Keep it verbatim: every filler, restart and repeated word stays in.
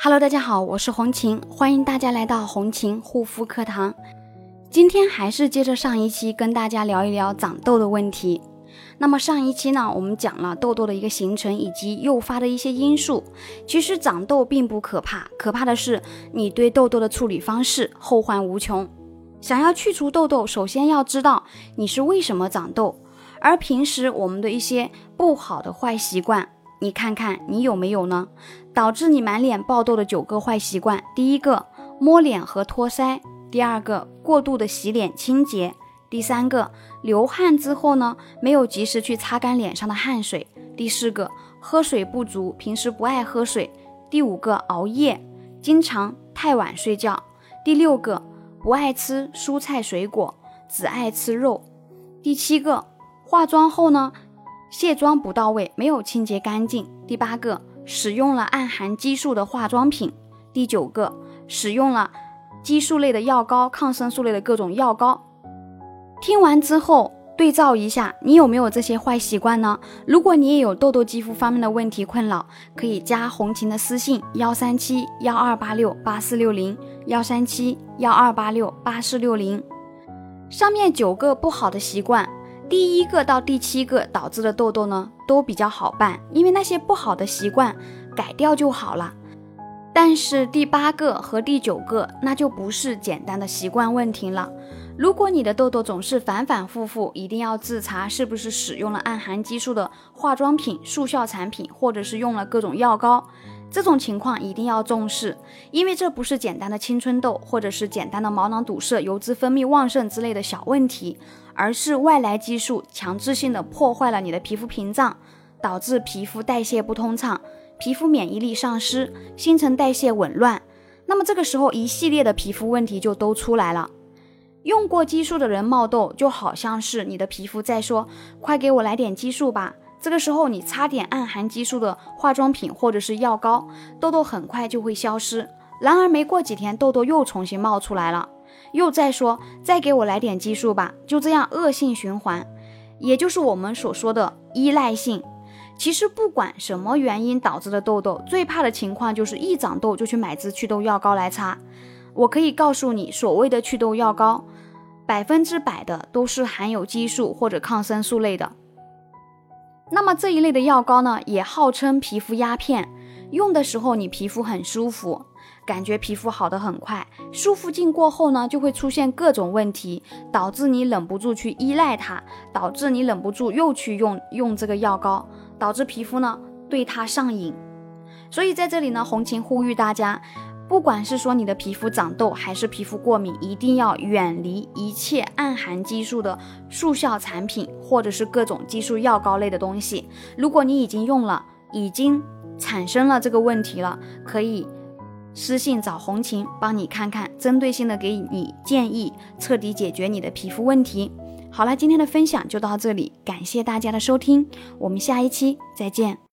Hello， 大家好，我是红琴，欢迎大家来到红琴护肤课堂。今天还是接着上一期跟大家聊一聊长痘的问题。那么上一期呢，我们讲了痘痘的一个形成以及诱发的一些因素。其实长痘并不可怕，可怕的是你对痘痘的处理方式后患无穷。想要去除痘痘，首先要知道你是为什么长痘，而平时我们的一些不好的坏习惯，你看看你有没有呢？导致你满脸爆痘的九个坏习惯：第一个，摸脸和托腮；第二个，过度的洗脸清洁；第三个，流汗之后呢，没有及时去擦干脸上的汗水；第四个，喝水不足，平时不爱喝水；第五个，熬夜，经常太晚睡觉；第六个，不爱吃蔬菜水果，只爱吃肉；第七个，化妆后呢，卸妆不到位，没有清洁干净；第八个，使用了暗含激素的化妆品；第九个，使用了激素类的药膏、抗生素类的各种药膏。听完之后对照一下，你有没有这些坏习惯呢？如果你也有痘痘肌肤方面的问题困扰，可以加红琴的私信一三七一二八六八四六零 一三七一二八六八四六零。上面九个不好的习惯，第一个到第七个导致的痘痘呢，都比较好办，因为那些不好的习惯改掉就好了。但是第八个和第九个，那就不是简单的习惯问题了。如果你的痘痘总是反反复复，一定要自查是不是使用了暗含激素的化妆品、速效产品，或者是用了各种药膏。这种情况一定要重视，因为这不是简单的青春痘，或者是简单的毛囊堵塞、油脂分泌旺盛之类的小问题，而是外来激素强制性的破坏了你的皮肤屏障，导致皮肤代谢不通畅，皮肤免疫力丧失，新陈代谢紊乱。那么这个时候一系列的皮肤问题就都出来了。用过激素的人冒痘，就好像是你的皮肤在说，快给我来点激素吧。这个时候你擦点暗含激素的化妆品或者是药膏，痘痘很快就会消失。然而没过几天，痘痘又重新冒出来了，又在说再给我来点激素吧，就这样恶性循环，也就是我们所说的依赖性。其实不管什么原因导致的痘痘，最怕的情况就是一长痘就去买支祛痘药膏来擦。我可以告诉你，所谓的祛痘药膏百分之百的都是含有激素或者抗生素类的。那么这一类的药膏呢，也号称皮肤鸦片，用的时候你皮肤很舒服，感觉皮肤好得很快，舒服劲过后呢，就会出现各种问题，导致你忍不住去依赖它，导致你忍不住又去用用这个药膏，导致皮肤呢对它上瘾。所以在这里呢，红琴呼吁大家，不管是说你的皮肤长痘还是皮肤过敏，一定要远离一切暗含激素的速效产品或者是各种激素药膏类的东西。如果你已经用了，已经产生了这个问题了，可以私信找红琴帮你看看，针对性的给你建议，彻底解决你的皮肤问题。好了，今天的分享就到这里，感谢大家的收听，我们下一期再见。